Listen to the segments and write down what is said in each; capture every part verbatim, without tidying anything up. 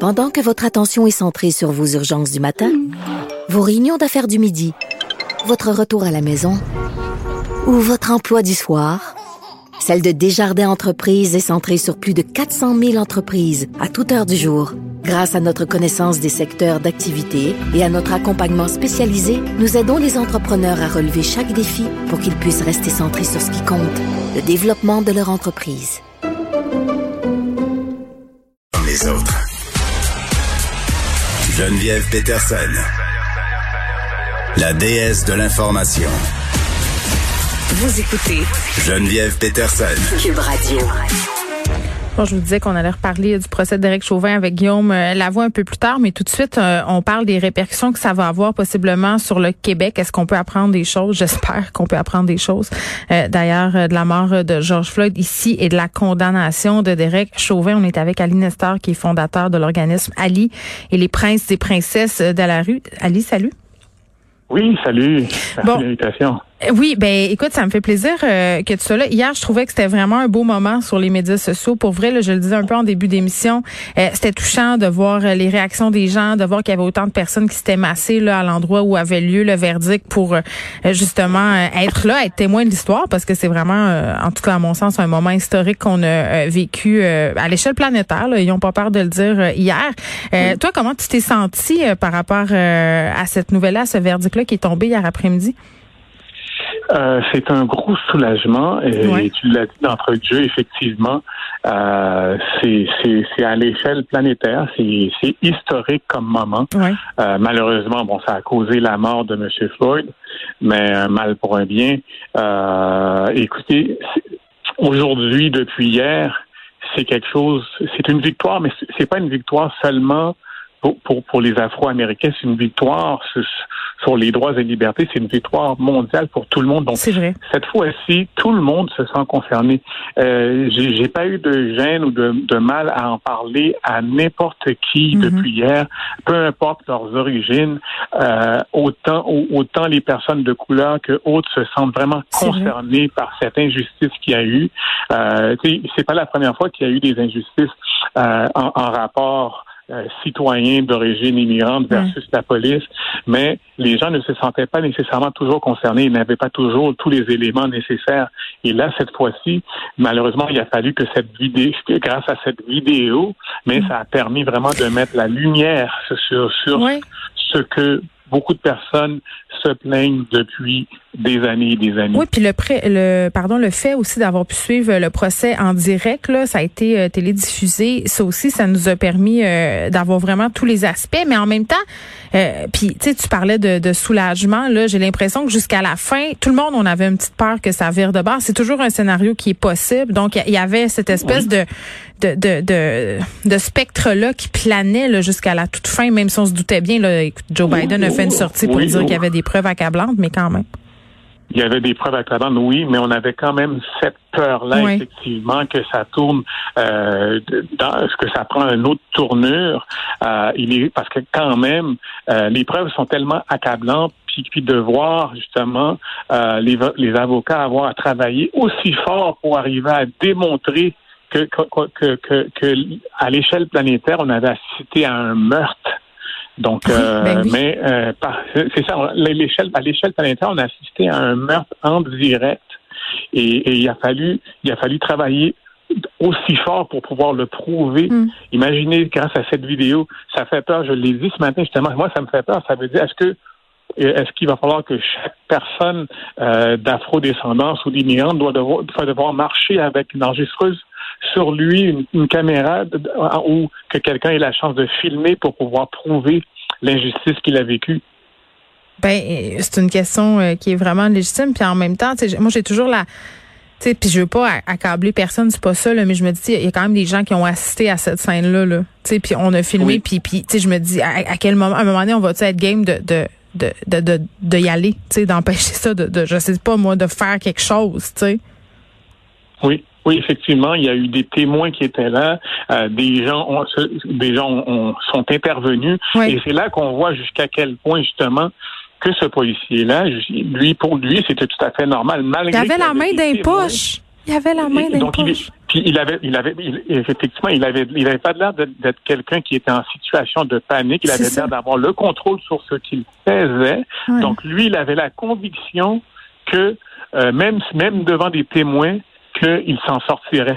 Pendant que votre attention est centrée sur vos urgences du matin, vos réunions d'affaires du midi, votre retour à la maison ou votre emploi du soir, celle de Desjardins Entreprises est centrée sur plus de quatre cent mille entreprises à toute heure du jour. Grâce à notre connaissance des secteurs d'activité et à notre accompagnement spécialisé, nous aidons les entrepreneurs à relever chaque défi pour qu'ils puissent rester centrés sur ce qui compte, le développement de leur entreprise. Les autres. Geneviève Peterson, la déesse de l'information. Vous écoutez Geneviève Peterson, Cube Radio. Bon, je vous disais qu'on allait reparler du procès d'Éric Chauvin avec Guillaume euh, Lavoie un peu plus tard, mais tout de suite, euh, on parle des répercussions que ça va avoir possiblement sur le Québec. Est-ce qu'on peut apprendre des choses? J'espère qu'on peut apprendre des choses. Euh, d'ailleurs, euh, de la mort de George Floyd ici et de la condamnation de Derek Chauvin. On est avec Ali Nestor, qui est fondateur de l'organisme Ali et les princes et princesses de la rue. Ali, salut. Oui, salut. Merci bon. de l'invitation. Oui, ben écoute, ça me fait plaisir euh, que tu sois là. Hier, je trouvais que c'était vraiment un beau moment sur les médias sociaux. Pour vrai, là, je le disais un peu en début d'émission, euh, c'était touchant de voir euh, les réactions des gens, de voir qu'il y avait autant de personnes qui s'étaient massées là à l'endroit où avait lieu le verdict pour euh, justement euh, être là, être témoin de l'histoire, parce que c'est vraiment, euh, en tout cas à mon sens, un moment historique qu'on a euh, vécu euh, à l'échelle planétaire. Là. Ils n'ont pas peur de le dire euh, hier. Euh, oui. Toi, comment tu t'es senti euh, par rapport euh, à cette nouvelle-là, à ce verdict-là qui est tombé hier après-midi? Euh, c'est un gros soulagement et, ouais. et tu l'as dit d'entrée de jeu, effectivement, euh, c'est, c'est, c'est à l'échelle planétaire, c'est, c'est historique comme moment. Ouais. Euh, malheureusement, bon, ça a causé la mort de M. Floyd, mais un mal pour un bien. Euh, écoutez, aujourd'hui, depuis hier, c'est quelque chose, c'est une victoire, mais c'est pas une victoire seulement Pour, pour, pour les Afro-Américains, c'est une victoire sur, sur les droits et libertés, c'est une victoire mondiale pour tout le monde. Donc, c'est vrai. Cette fois-ci, tout le monde se sent concerné. Euh, j'ai, j'ai pas eu de gêne ou de, de mal à en parler à n'importe qui mm-hmm. depuis hier, peu importe leurs origines, euh, autant, autant les personnes de couleur que autres se sentent vraiment c'est concernées vrai. Par cette injustice qu'il y a eu. Euh, c'est pas la première fois qu'il y a eu des injustices euh, en, en rapport Euh, citoyens d'origine immigrante versus mmh. la police, mais les gens ne se sentaient pas nécessairement toujours concernés, ils n'avaient pas toujours tous les éléments nécessaires. Et là, cette fois-ci, malheureusement, il a fallu que cette vidéo, grâce à cette vidéo, mais mmh. ça a permis vraiment de mettre la lumière sur, sur oui. ce que beaucoup de personnes se plaignent depuis des années et des années. Oui, puis le, pré, le pardon, le fait aussi d'avoir pu suivre le procès en direct, là, ça a été euh, télédiffusé. Ça aussi, ça nous a permis euh, d'avoir vraiment tous les aspects. Mais en même temps, euh, puis tu sais, tu parlais de, de soulagement. Là, j'ai l'impression que jusqu'à la fin, tout le monde, on avait une petite peur que ça vire de bord. C'est toujours un scénario qui est possible. Donc, il y avait cette espèce oui. de de de de, de spectre-là qui planait là, jusqu'à la toute fin, même si on se doutait bien. Là, écoute, Joe Biden a fait une sortie pour oui, dire oui. qu'il y avait des preuves accablantes, mais quand même. Il y avait des preuves accablantes, oui, mais on avait quand même cette peur-là, oui. effectivement, que ça tourne, euh, dans, que ça prend une autre tournure. Euh, il est, parce que quand même, euh, les preuves sont tellement accablantes, puis, puis de voir justement euh, les, les avocats avoir à travailler aussi fort pour arriver à démontrer que, que, que, que, que à l'échelle planétaire, on avait assisté à un meurtre. Donc, oui, euh, ben oui. mais euh, par, c'est ça. À l'échelle, à l'échelle planétaire, on a assisté à un meurtre en direct, et, et il a fallu, il a fallu travailler aussi fort pour pouvoir le prouver. Mm. Imaginez, grâce à cette vidéo, ça fait peur. Je l'ai dit ce matin justement. Moi, ça me fait peur. Ça veut dire, est-ce que Est-ce qu'il va falloir que chaque personne euh, d'afro-descendance ou d'immigrante doit devoir, doit devoir marcher avec une enregistreuse sur lui, une, une caméra, de, ou que quelqu'un ait la chance de filmer pour pouvoir prouver l'injustice qu'il a vécue? Ben, c'est une question euh, qui est vraiment légitime. Puis en même temps, moi, j'ai toujours la... Puis je veux pas accabler personne, c'est pas ça, là, mais je me dis, il y a quand même des gens qui ont assisté à cette scène-là. Là, puis on a filmé, puis oui. je me dis, à, à quel moment, à un moment donné, on va-tu être game de... de De, de, de, de y aller, tu sais, d'empêcher ça, de, de, je sais pas moi, de faire quelque chose, tu sais. Oui, oui, effectivement, il y a eu des témoins qui étaient là, euh, des gens, ont, des gens ont, sont intervenus, oui. et c'est là qu'on voit jusqu'à quel point justement que ce policier-là, lui, pour lui, c'était tout à fait normal, malgré. Il avait la main dans les poches. Il avait la main dans donc, les il, poches. Puis il avait, il avait, il, effectivement, il avait, il avait pas l'air d'être, d'être quelqu'un qui était en situation de panique. Il C'est avait ça. l'air d'avoir le contrôle sur ce qu'il faisait. Ouais. Donc lui, il avait la conviction que euh, même, même devant des témoins, qu'il s'en sortirait.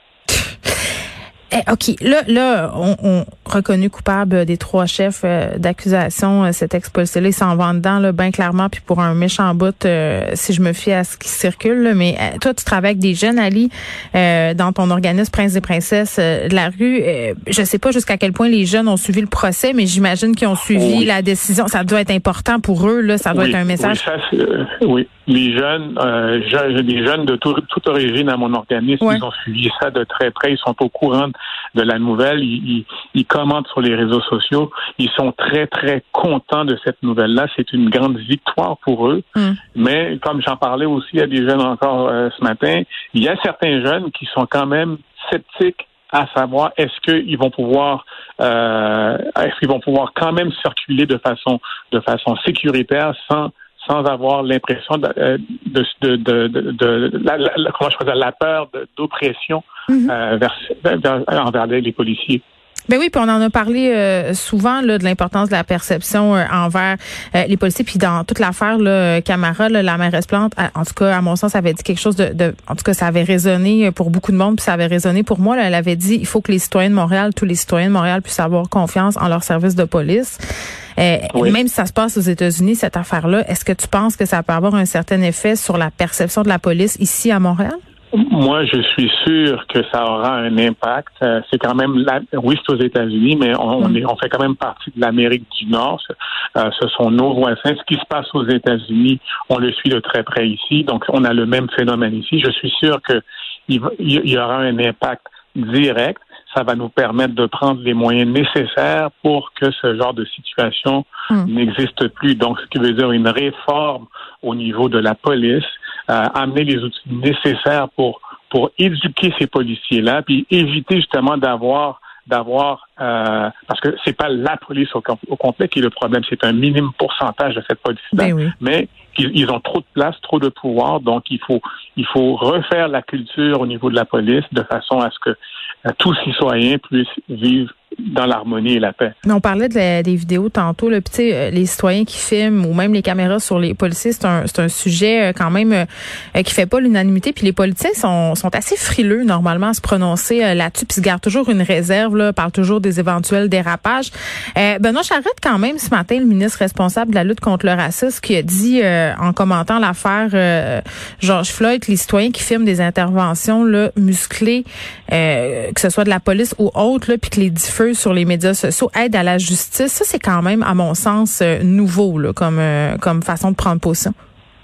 Eh, OK. Là, là, on, on reconnu coupable des trois chefs euh, d'accusation, euh, cet ex-policier-là, il s'en va dedans, là, bien clairement, puis pour un méchant bout, euh, si je me fie à ce qui circule. Là, mais euh, toi, tu travailles avec des jeunes, Ali, euh, dans ton organisme Princes et Princesses euh, de la rue. Euh, je sais pas jusqu'à quel point les jeunes ont suivi le procès, mais j'imagine qu'ils ont suivi Oui. la décision. Ça doit être important pour eux, là. Ça doit oui, être un message. Oui, ça, c'est, euh, oui. Les jeunes, euh, je- les jeunes de tout- toute origine à mon organisme, Ouais. ils ont suivi ça de très près. Ils sont au courant de la nouvelle. Ils, ils, ils commentent sur les réseaux sociaux. Ils sont très, très contents de cette nouvelle-là. C'est une grande victoire pour eux. Mm. Mais comme j'en parlais aussi à des jeunes encore euh, ce matin, il y a certains jeunes qui sont quand même sceptiques à savoir est-ce qu'ils vont pouvoir euh, est-ce qu'ils vont pouvoir quand même circuler de façon de façon sécuritaire sans sans avoir l'impression de de de de, de, de la, la, la, comment je peux dire, la peur de, d'oppression Mm-hmm. euh, vers, vers, envers les policiers. Ben oui, puis on en a parlé euh, souvent là, de l'importance de la perception euh, envers euh, les policiers. Puis dans toute l'affaire, là, Camara, là, la mairesse Plante, à, en tout cas, à mon sens, ça avait dit quelque chose de, de... En tout cas, ça avait résonné pour beaucoup de monde, puis ça avait résonné pour moi. Là, elle avait dit, il faut que les citoyens de Montréal, tous les citoyens de Montréal puissent avoir confiance en leur service de police. Euh, Oui. Même si ça se passe aux États-Unis, cette affaire-là, est-ce que tu penses que ça peut avoir un certain effet sur la perception de la police ici à Montréal? Moi, je suis sûr que ça aura un impact. Euh, c'est quand même, la, oui, c'est aux États-Unis, mais on, on, est, on fait quand même partie de l'Amérique du Nord. Euh, ce sont nos voisins. Ce qui se passe aux États-Unis, on le suit de très près ici. Donc, on a le même phénomène ici. Je suis sûr que il, va, il y aura un impact direct. Ça va nous permettre de prendre les moyens nécessaires pour que ce genre de situation mmh. n'existe plus. Donc, ce qui veut dire une réforme au niveau de la police, euh, amener les outils nécessaires pour pour éduquer ces policiers-là, puis éviter justement d'avoir d'avoir euh, parce que c'est pas la police au, au complet qui est le problème, c'est un minime pourcentage de cette police-là, ben oui. mais ils, ils ont trop de place, trop de pouvoir, donc il faut il faut refaire la culture au niveau de la police de façon à ce que euh, tous citoyens puissent vivre dans l'harmonie et la paix. Mais on parlait de la, des vidéos tantôt, là, puis tu sais, les citoyens qui filment ou même les caméras sur les policiers, c'est un, c'est un sujet quand même euh, qui fait pas l'unanimité. Puis les politiciens sont, sont assez frileux normalement à se prononcer euh, là-dessus, puis se gardent toujours une réserve, là, parlent toujours des éventuels dérapages. Euh, Benoît Charette, quand même, ce matin, le ministre responsable de la lutte contre le racisme, qui a dit euh, en commentant l'affaire euh, George Floyd, les citoyens qui filment des interventions là, musclées, euh, que ce soit de la police ou autre, là, puis que les diffusent sur les médias sociaux aide à la justice. Ça, c'est quand même, à mon sens, euh, nouveau là, comme, euh, comme façon de prendre position.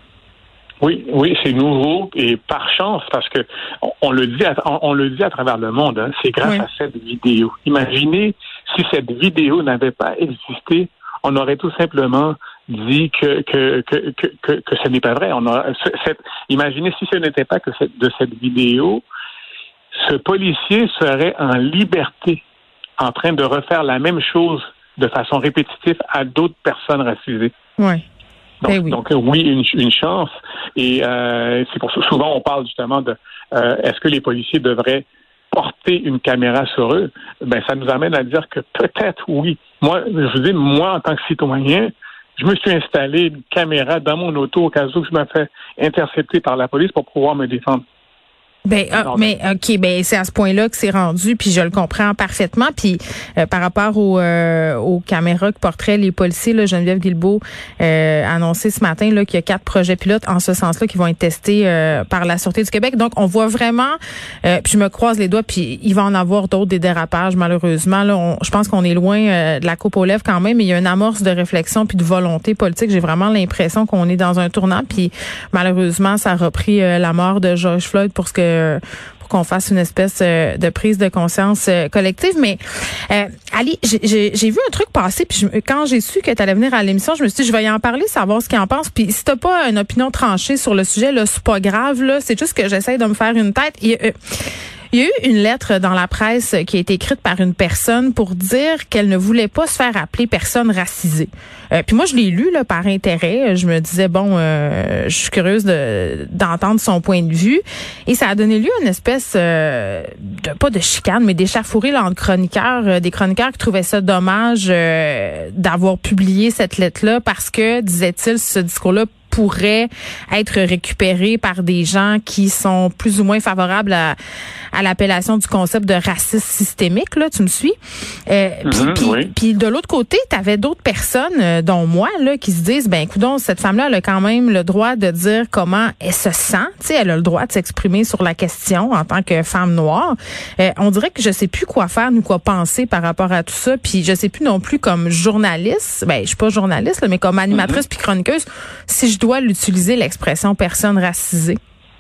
Oui, oui, c'est nouveau et par chance parce que on, on le dit, à, on, on le dit à travers le monde. Hein, c'est grâce oui. à cette vidéo. Imaginez si cette vidéo n'avait pas existé, on aurait tout simplement dit que que que que, que, que ce n'est pas vrai. On a, cette, imaginez si ce n'était pas que cette, de cette vidéo, ce policier serait en liberté, en train de refaire la même chose de façon répétitive à d'autres personnes racisées. Oui. Donc, ben oui. donc oui, une, une chance. Et euh, c'est pour ça souvent on parle justement de euh, est-ce que les policiers devraient porter une caméra sur eux? Ben ça nous amène à dire que peut-être oui. Moi, je vous dis, moi en tant que citoyen, je me suis installé une caméra dans mon auto au cas où je me fais intercepter par la police pour pouvoir me défendre. Ben, ah, mais ok, ben c'est à ce point-là que c'est rendu, puis je le comprends parfaitement. Puis euh, par rapport aux, euh, aux caméras que porteraient les policiers, là, Geneviève Guilbeault euh, a annoncé ce matin là qu'il y a quatre projets pilotes en ce sens-là qui vont être testés euh, par la Sûreté du Québec. Donc on voit vraiment, euh, puis je me croise les doigts, puis il va en avoir d'autres des dérapages malheureusement. Là, on, je pense qu'on est loin euh, de la coupe aux lèvres quand même, mais il y a une amorce de réflexion puis de volonté politique. J'ai vraiment l'impression qu'on est dans un tournant, puis malheureusement ça a repris euh, la mort de George Floyd pour ce que pour qu'on fasse une espèce de prise de conscience collective. Mais euh, Ali, j'ai, j'ai vu un truc passer, puis je, quand j'ai su que tu allais venir à l'émission, je me suis dit, je vais y en parler, savoir ce qu'il en pense. Puis si t'as pas une opinion tranchée sur le sujet, là, c'est pas grave, là. C'est juste que j'essaie de me faire une tête. Il, euh, Il y a eu une lettre dans la presse qui a été écrite par une personne pour dire qu'elle ne voulait pas se faire appeler personne racisée. Euh, puis moi, je l'ai lu là par intérêt. Je me disais, bon, euh, je suis curieuse de, d'entendre son point de vue. Et ça a donné lieu à une espèce, euh, de pas de chicane, mais d'échauffourée là, entre chroniqueurs, euh, des chroniqueurs qui trouvaient ça dommage euh, d'avoir publié cette lettre-là parce que, disait-il, ce discours-là pourrait être récupéré par des gens qui sont plus ou moins favorables à, à l'appellation du concept de racisme systémique, là, tu me suis? Euh, mm-hmm, puis, oui. puis de l'autre côté, tu avais d'autres personnes, euh, dont moi, là, qui se disent, ben, écoute, cette femme-là, elle a quand même le droit de dire comment elle se sent. Tu sais, elle a le droit de s'exprimer sur la question en tant que femme noire. Euh, on dirait que je sais plus quoi faire ni quoi penser par rapport à tout ça. Puis je sais plus non plus comme journaliste, ben, je suis pas journaliste, là, mais comme animatrice mm-hmm. puis chroniqueuse, si je dois l'utiliser l'expression personne racisée.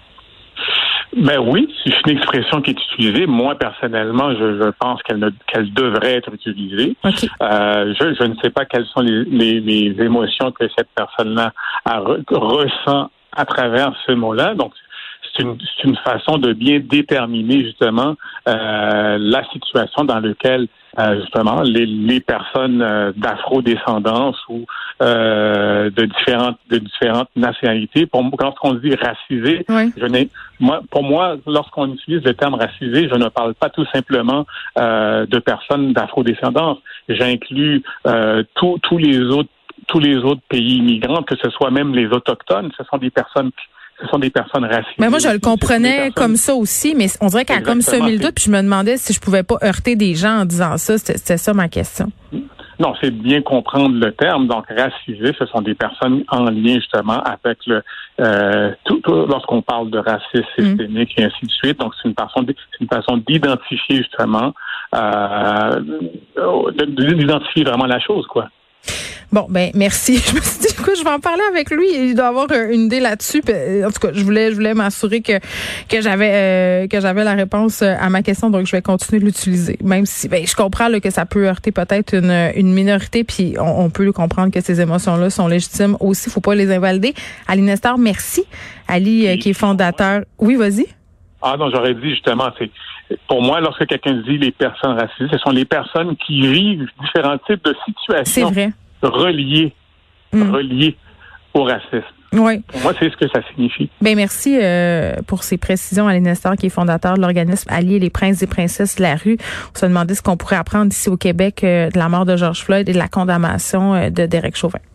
Ben oui, c'est une expression qui est utilisée. Moi, personnellement, je, je pense qu'elle, ne, qu'elle devrait être utilisée. Okay. Euh, je, je ne sais pas quelles sont les, les, les émotions que cette personne-là a, re, ressent à travers ce mot-là. Donc, c'est une, c'est une façon de bien déterminer justement euh, la situation dans laquelle euh, justement les, les personnes euh, d'afro-descendance ou euh, de différentes de différentes nationalités. Pour moi, quand on dit racisé, oui. je n'ai moi pour moi lorsqu'on utilise le terme racisé, je ne parle pas tout simplement euh, de personnes d'afro-descendance. J'inclus euh, tous tous les autres tous les autres pays immigrants, que ce soit même les autochtones. Ce sont des personnes Ce sont des personnes racisées. Mais moi, je le comprenais comme ça aussi, mais on dirait qu'elle a comme semé le doute, puis je me demandais si je pouvais pas heurter des gens en disant ça. C'était, c'était ça ma question. Non, c'est de bien comprendre le terme. Donc, racisés, ce sont des personnes en lien justement avec le euh, tout, tout lorsqu'on parle de racisme systémique mmh. et ainsi de suite. Donc, c'est une façon, de, c'est une façon d'identifier justement, euh, d'identifier vraiment la chose, quoi. Bon, ben merci. Je me suis dit, écoute, je vais en parler avec lui. Il doit avoir une idée là-dessus. En tout cas, je voulais, je voulais m'assurer que que j'avais euh, que j'avais la réponse à ma question, donc je vais continuer de l'utiliser. Même si, ben, je comprends là, que ça peut heurter peut-être une une minorité, puis on, on peut comprendre que ces émotions-là sont légitimes aussi. Faut pas les invalider. Ali Nestor, merci. Ali, euh, qui est fondateur. Oui, vas-y. Ah non, j'aurais dit justement, c'est pour moi, lorsque quelqu'un dit les personnes racisées, ce sont les personnes qui vivent différents types de situations. C'est vrai. reliées, mmh. reliées au racisme. Oui. Pour moi, c'est ce que ça signifie. Ben merci euh, pour ces précisions, Ali Nestor, qui est fondateur de l'organisme Alliés les princes et princesses de la rue. On se demandait ce qu'on pourrait apprendre ici au Québec euh, de la mort de George Floyd et de la condamnation euh, de Derek Chauvin.